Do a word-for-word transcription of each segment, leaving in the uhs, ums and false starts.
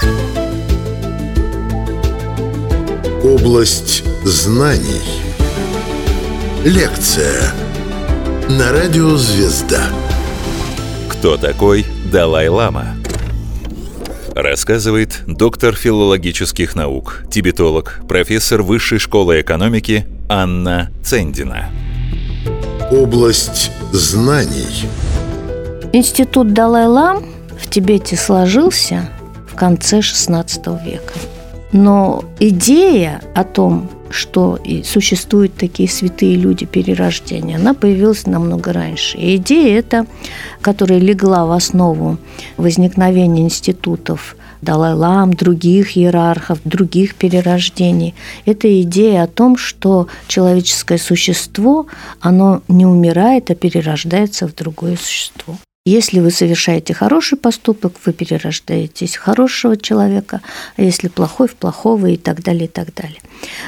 Область знаний. Лекция на радио «Звезда». Кто такой Далай-лама? Рассказывает доктор филологических наук, тибетолог, профессор Высшей школы экономики Анна Цендина. Область знаний. Институт Далай-лам в Тибете сложился в конце шестнадцатого века. Но идея о том, что существуют такие святые люди перерождения, она появилась намного раньше. И идея эта, которая легла в основу возникновения институтов Далай-лам, других иерархов, других перерождений, это идея о том, что человеческое существо, оно не умирает, а перерождается в другое существо. Если вы совершаете хороший поступок, вы перерождаетесь в хорошего человека, а если плохой – в плохого и так далее, и так далее.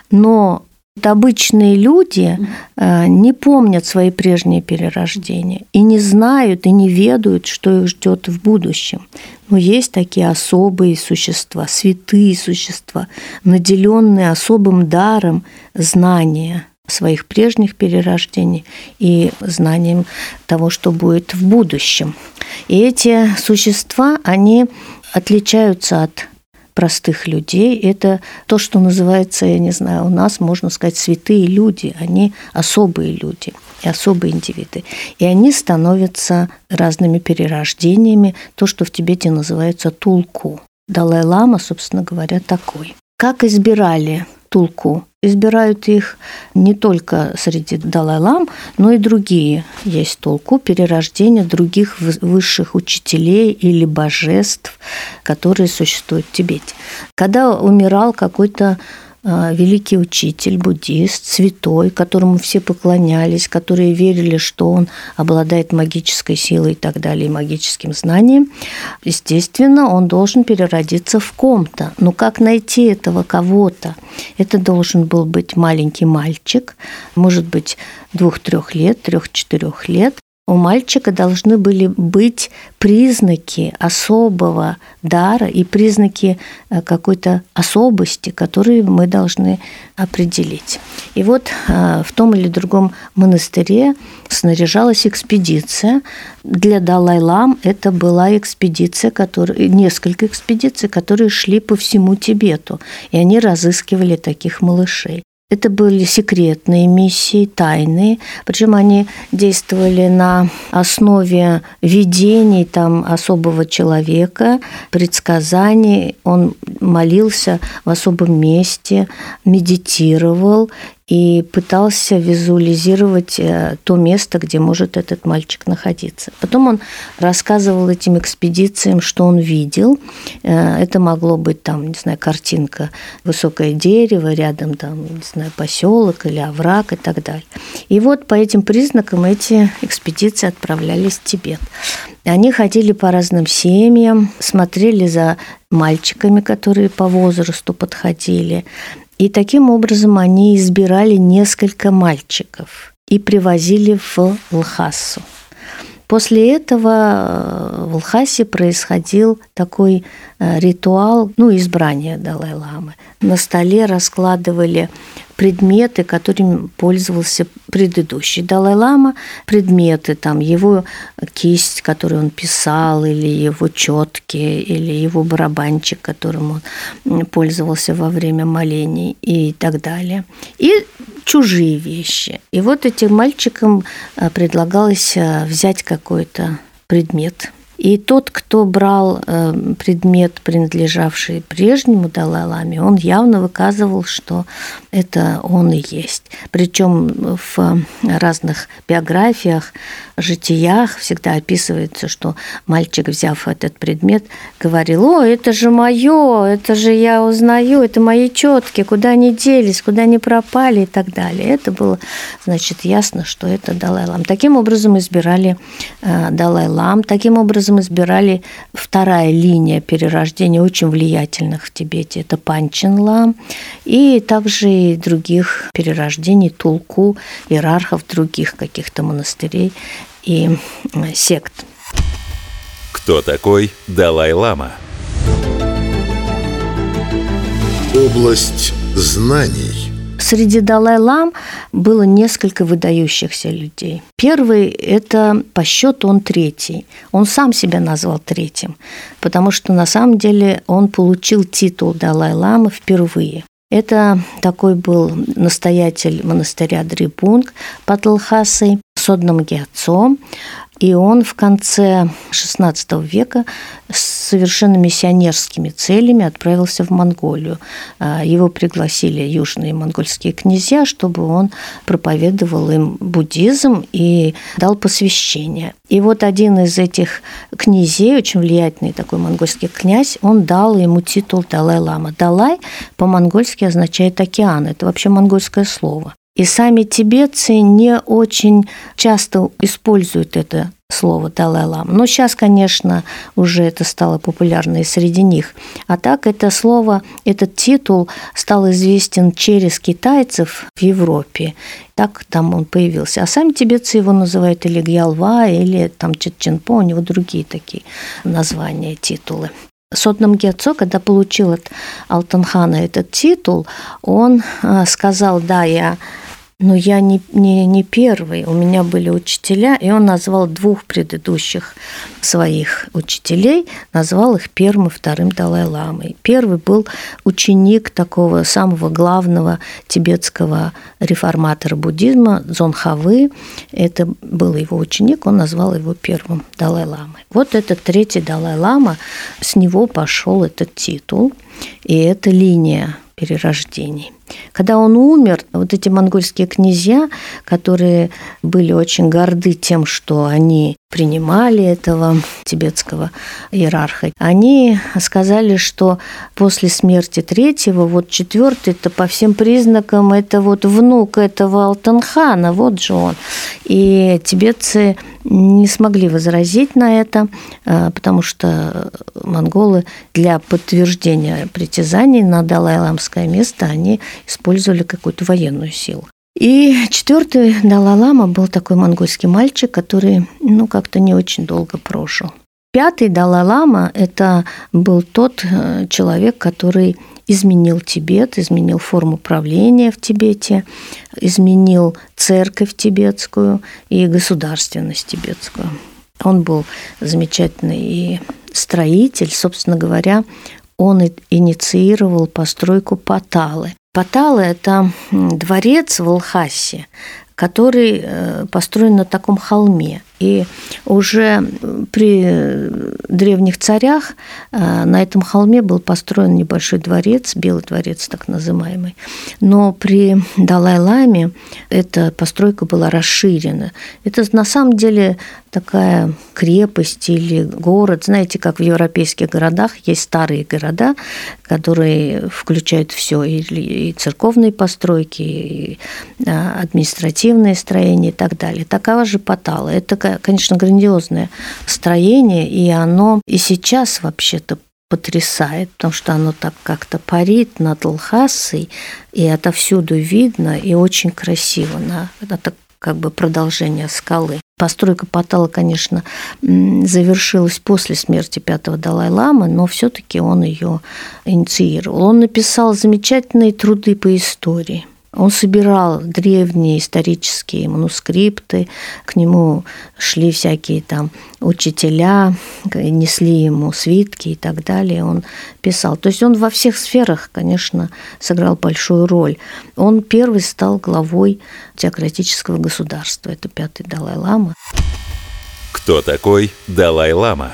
Но обычные люди не помнят свои прежние перерождения и не знают, и не ведают, что их ждет в будущем. Но есть такие особые существа, святые существа, наделенные особым даром знания своих прежних перерождений и знанием того, что будет в будущем. И эти существа, они отличаются от простых людей. Это то, что называется, я не знаю, у нас, можно сказать, святые люди. Они особые люди и особые индивиды. И они становятся разными перерождениями, то, что в Тибете называется тулку. Далай-лама, собственно говоря, такой. Как избирали тулку? Избирают их не только среди Далай-лам, но и другие. Есть тулку, перерождение других высших учителей или божеств, которые существуют в Тибете. Когда умирал какой-то великий учитель, буддист, святой, которому все поклонялись, которые верили, что он обладает магической силой и так далее, и магическим знанием, естественно, он должен переродиться в ком-то. Но как найти этого кого-то? Это должен был быть маленький мальчик, может быть, двух-трех лет, трех-четырех лет. У мальчика должны были быть признаки особого дара и признаки какой-то особости, которые мы должны определить. И вот в том или другом монастыре снаряжалась экспедиция. Для Далай-лам это была экспедиция, которая, несколько экспедиций, которые шли по всему Тибету, и они разыскивали таких малышей. Это были секретные миссии, тайные, причем они действовали на основе видений там особого человека, предсказаний. Он молился в особом месте, медитировал и пытался визуализировать то место, где может этот мальчик находиться. Потом он рассказывал этим экспедициям, что он видел. Это могло быть там, не знаю, картинка, высокое дерево, рядом там, не знаю, поселок или овраг и так далее. И вот по этим признакам эти экспедиции отправлялись в Тибет. Они ходили по разным семьям, смотрели за мальчиками, которые по возрасту подходили. И таким образом они избирали несколько мальчиков и привозили в Лхасу. После этого в Лхасе происходил такой ритуал, ну, избрания Далай-ламы. На столе раскладывали предметы, которыми пользовался предыдущий Далай-лама, предметы, там, его кисть, которой он писал, или его четки, или его барабанчик, которым он пользовался во время молений и так далее. И чужие вещи. И вот этим мальчикам предлагалось взять какой-то предмет. И тот, кто брал предмет, принадлежавший прежнему Далай-ламе, он явно выказывал, что это он и есть. Причем в разных биографиях, житиях всегда описывается, что мальчик, взяв этот предмет, говорил: «О, это же мое, это же я узнаю, это мои четки, куда они делись, куда они пропали» и так далее. Это было, значит, ясно, что это Далай-лам. Таким образом избирали Далай-лам, таким образом избирали вторая линия перерождения очень влиятельных в Тибете. Это Панчен-лам и также и других перерождений, тулку, иерархов других каких-то монастырей и сект. Кто такой Далай-лама? Область знаний. Среди Далай-лам было несколько выдающихся людей. Первый – это по счету он третий. Он сам себя назвал третьим, потому что на самом деле он получил титул Далай-ламы впервые. Это такой был настоятель монастыря Дрипунг под Лхасой, Содном Гьяцо. И он в конце шестнадцатого века с совершенно миссионерскими целями отправился в Монголию. Его пригласили южные монгольские князья, чтобы он проповедовал им буддизм и дал посвящение. И вот один из этих князей, очень влиятельный такой монгольский князь, он дал ему титул Далай-лама. Далай по-монгольски означает «океан». Это вообще монгольское слово. И сами тибетцы не очень часто используют это слово Далай-лама. Но сейчас, конечно, уже это стало популярно и среди них. А так это слово, этот титул стал известен через китайцев в Европе. Так там он появился. А сами тибетцы его называют или Гьялва, или там Читченпо, у него другие такие названия, титулы. Содном Гьяцо, когда получил от Алтанхана этот титул, он сказал: да, я... Но я не, не, не первый, у меня были учителя, и он назвал двух предыдущих своих учителей, назвал их первым и вторым Далай-ламой. Первый был ученик такого самого главного тибетского реформатора буддизма Дзонхавы. Это был его ученик, он назвал его первым Далай-ламой. Вот этот третий Далай-лама, с него пошел этот титул, и эта линия перерождений. Когда он умер, вот эти монгольские князья, которые были очень горды тем, что они принимали этого тибетского иерарха, они сказали, что после смерти третьего, вот четвертый-то по всем признакам это вот внук этого Алтанхана, вот же он. И тибетцы не смогли возразить на это, потому что монголы для подтверждения притязаний на далай-ламское место, они использовали какую-то военную силу. И четвертый Далай-лама был такой монгольский мальчик, который, ну, как-то не очень долго прожил. Пятый Далай-лама – это был тот человек, который изменил Тибет, изменил форму правления в Тибете, изменил церковь тибетскую и государственность тибетскую. Он был замечательный и строитель, собственно говоря, он инициировал постройку Паталы. Патала – это дворец в Лхасе, который построен на таком холме. И уже при древних царях на этом холме был построен небольшой дворец, Белый дворец так называемый. Но при Далай-ламе эта постройка была расширена. Это на самом деле такая крепость или город. Знаете, как в европейских городах есть старые города, которые включают все, и церковные постройки, и административные строения и так далее. Такова же Патала. Это, конечно, грандиозное строение, и оно и сейчас вообще-то потрясает, потому что оно так как-то парит над Лхасой, и отовсюду видно, и очень красиво. Это как бы продолжение скалы. Постройка Паталы, конечно, завершилась после смерти пятого Далай-ламы, но все-таки он ее инициировал. Он написал замечательные труды по истории. Он собирал древние исторические манускрипты, к нему шли всякие там учителя, несли ему свитки и так далее. Он писал. То есть он во всех сферах, конечно, сыграл большую роль. Он первый стал главой теократического государства. Это пятый Далай-лама. Кто такой Далай-лама?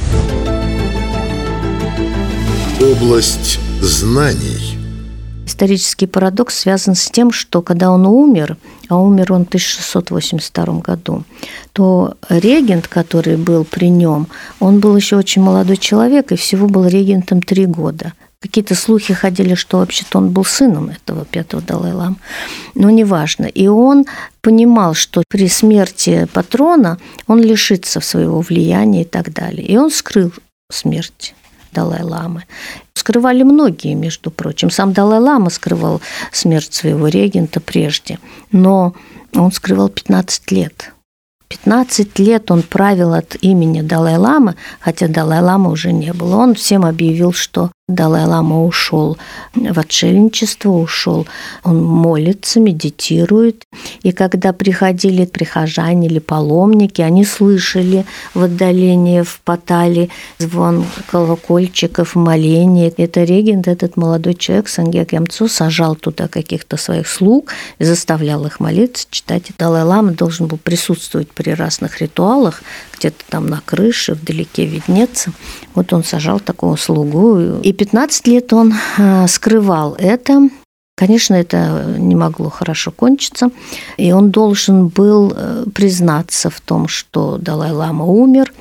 Область знаний. Исторический парадокс связан с тем, что когда он умер, а умер он в тысяча шестьсот восемьдесят втором году, то регент, который был при нем, он был еще очень молодой человек и всего был регентом три года. Какие-то слухи ходили, что вообще-то он был сыном этого пятого Далай-ламы, но неважно. И он понимал, что при смерти патрона он лишится своего влияния и так далее. И он скрыл смерть Далай-ламы. Скрывали многие, между прочим. Сам Далай-лама скрывал смерть своего регента прежде, но он скрывал пятнадцать лет. пятнадцать лет он правил от имени Далай-ламы, хотя Далай-ламы уже не было. Он всем объявил, что Далай-лама ушел в отшельничество, ушел, он молится, медитирует. И когда приходили прихожане или паломники, они слышали в отдалении, в Патале звон колокольчиков, моления. Это регент, этот молодой человек, Сангья Кьямцу, сажал туда каких-то своих слуг и заставлял их молиться, читать. И Далай-лама должен был присутствовать при разных ритуалах, где-то там на крыше, вдалеке виднеться. Вот он сажал такого слугу. И пятнадцать лет он скрывал это. Конечно, это не могло хорошо кончиться. И он должен был признаться в том, что Далай-лама умер,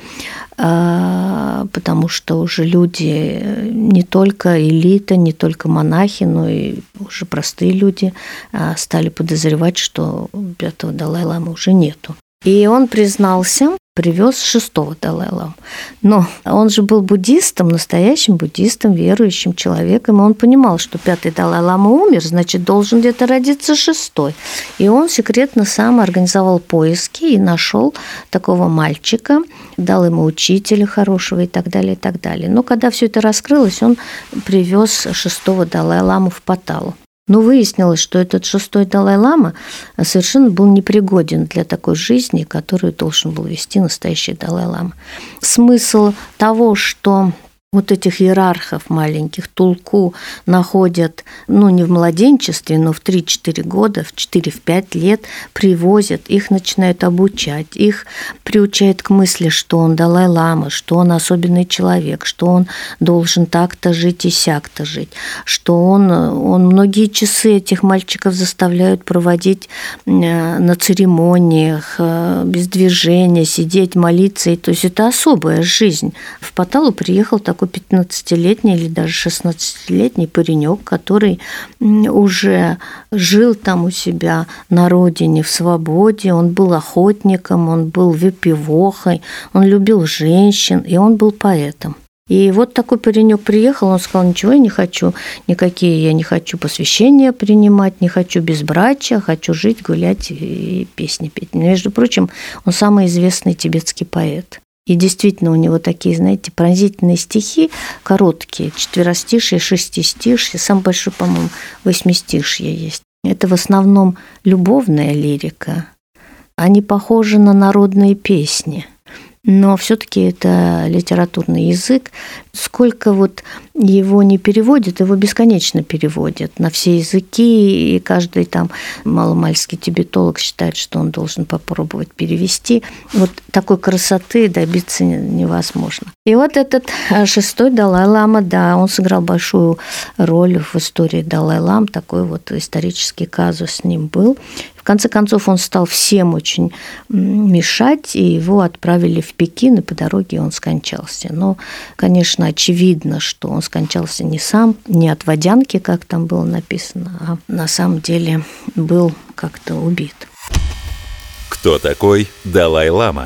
потому что уже люди, не только элита, не только монахи, но и уже простые люди стали подозревать, что пятого Далай-ламы уже нету. И он признался, привез шестого Далай-ламу. Но он же был буддистом, настоящим буддистом, верующим человеком, и он понимал, что пятый Далай-лама умер, значит, должен где-то родиться шестой. И он секретно сам организовал поиски и нашел такого мальчика, дал ему учителя хорошего и так далее, и так далее. Но когда все это раскрылось, он привез шестого Далай-ламу в Паталу. Но выяснилось, что этот шестой Далай-лама совершенно был непригоден для такой жизни, которую должен был вести настоящий Далай-лама. Смысл того, что вот этих иерархов маленьких Тулку находят, ну, не в младенчестве, но в три-четыре года, в четыре-пять лет привозят, их начинают обучать, их приучают к мысли, что он Далай-лама, что он особенный человек, что он должен так-то жить и сяк-то жить, что он, он многие часы этих мальчиков заставляют проводить на церемониях, без движения, сидеть, молиться. И, то есть это особая жизнь. В Паталу приехал такой пятнадцатилетний или даже шестнадцатилетний паренек, который уже жил там у себя на родине в свободе, он был охотником, он был выпивохой, он любил женщин, и он был поэтом. И вот такой паренек приехал, он сказал: ничего я не хочу, никакие я не хочу посвящения принимать, не хочу безбрачия, хочу жить, гулять и песни петь. Между прочим, он самый известный тибетский поэт. И действительно у него такие, знаете, пронзительные стихи, короткие, четверостишие, шестистишие, самый большой, по-моему, восьмистишие есть. Это в основном любовная лирика. Они похожи на народные песни, но все-таки это литературный язык. Сколько вот его не переводят, его бесконечно переводят на все языки, и каждый там маломальский тибетолог считает, что он должен попробовать перевести. Вот такой красоты добиться невозможно. И вот этот шестой Далай-лама, да, он сыграл большую роль в истории Далай-лам, такой вот исторический казус с ним был. В конце концов, он стал всем очень мешать, и его отправили в Пекин, и по дороге он скончался. Но, конечно, очевидно, что он скончался не сам, не от водянки, как там было написано, а на самом деле был как-то убит. Кто такой Далай-лама?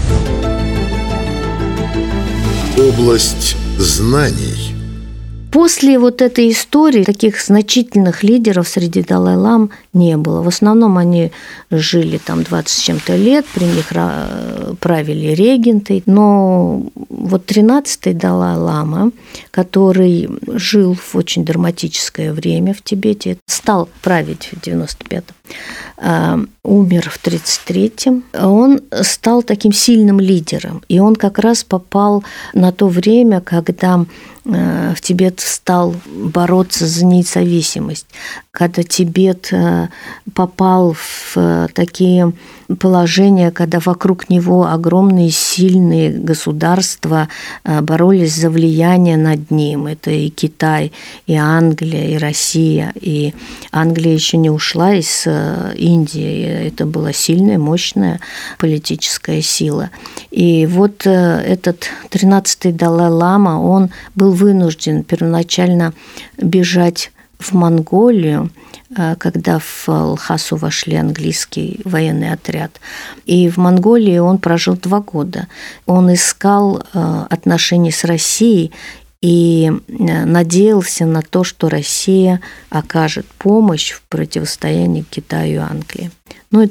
Область знаний. После вот этой истории таких значительных лидеров среди Далай-лам не было. В основном они жили там двадцать с чем-то лет, при них правили регенты. Но вот тринадцатый Далай-лама, который жил в очень драматическое время в Тибете, стал править в девяносто пятом, умер в тридцать третьем, он стал таким сильным лидером. И он как раз попал на то время, когда в Тибет стал бороться за независимость, когда Тибет попал в такие положения, когда вокруг него огромные сильные государства боролись за влияние над ним. Это и Китай, и Англия, и Россия. И Англия еще не ушла из Индии. Это была сильная, мощная политическая сила. И вот этот тринадцатый Далай-лама, он был вынужден первоначально бежать в Монголию, когда в Лхасу вошли английский военный отряд. И в Монголии он прожил два года. Он искал отношений с Россией и надеялся на то, что Россия окажет помощь в противостоянии Китаю и Англии. Но это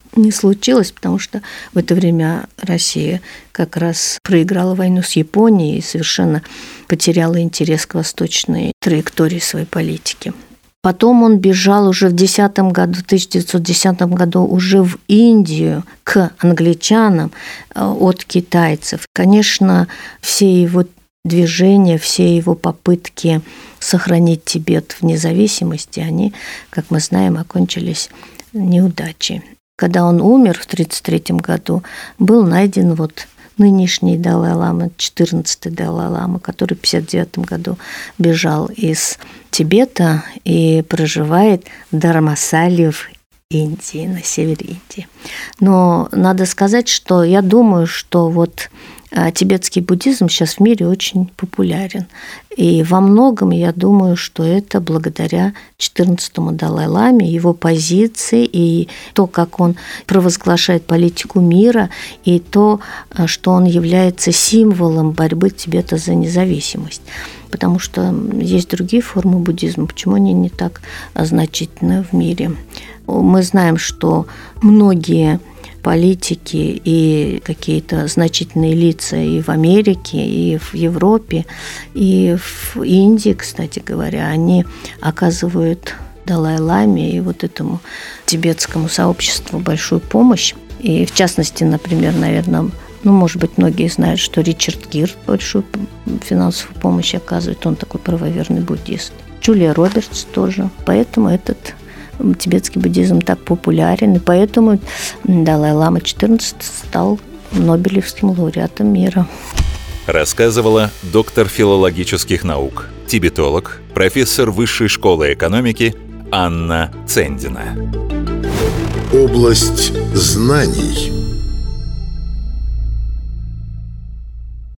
не случилось, потому что в это время Россия как раз проиграла войну с Японией и совершенно потеряла интерес к восточной траектории своей политики. Потом он бежал уже в десятом году, в тысяча девятьсот десятом году уже в Индию к англичанам от китайцев. Конечно, все его движения, все его попытки сохранить Тибет в независимости, они, как мы знаем, окончились неудачей. Когда он умер в тридцать третьем году, был найден вот нынешний Далай-лама, четырнадцатый Далай-лама, который в пятьдесят девятом году бежал из Тибета и проживает в Дармасале в Индии, на севере Индии. Но надо сказать, что я думаю, что вот тибетский буддизм сейчас в мире очень популярен. И во многом, я думаю, что это благодаря четырнадцатому Далай-ламе, его позиции и то, как он провозглашает политику мира, и то, что он является символом борьбы Тибета за независимость. Потому что есть другие формы буддизма, почему они не так значительны в мире. Мы знаем, что многие политики и какие-то значительные лица и в Америке, и в Европе, и в Индии, кстати говоря, они оказывают Далай-ламе и вот этому тибетскому сообществу большую помощь. И в частности, например, наверное, ну, может быть, многие знают, что Ричард Гир большую финансовую помощь оказывает, он такой правоверный буддист. Джулия Робертс тоже. Поэтому этот тибетский буддизм так популярен, и поэтому Далай-лама четырнадцатый стал Нобелевским лауреатом мира. Рассказывала доктор филологических наук, тибетолог, профессор Высшей школы экономики Анна Цендина. Область знаний.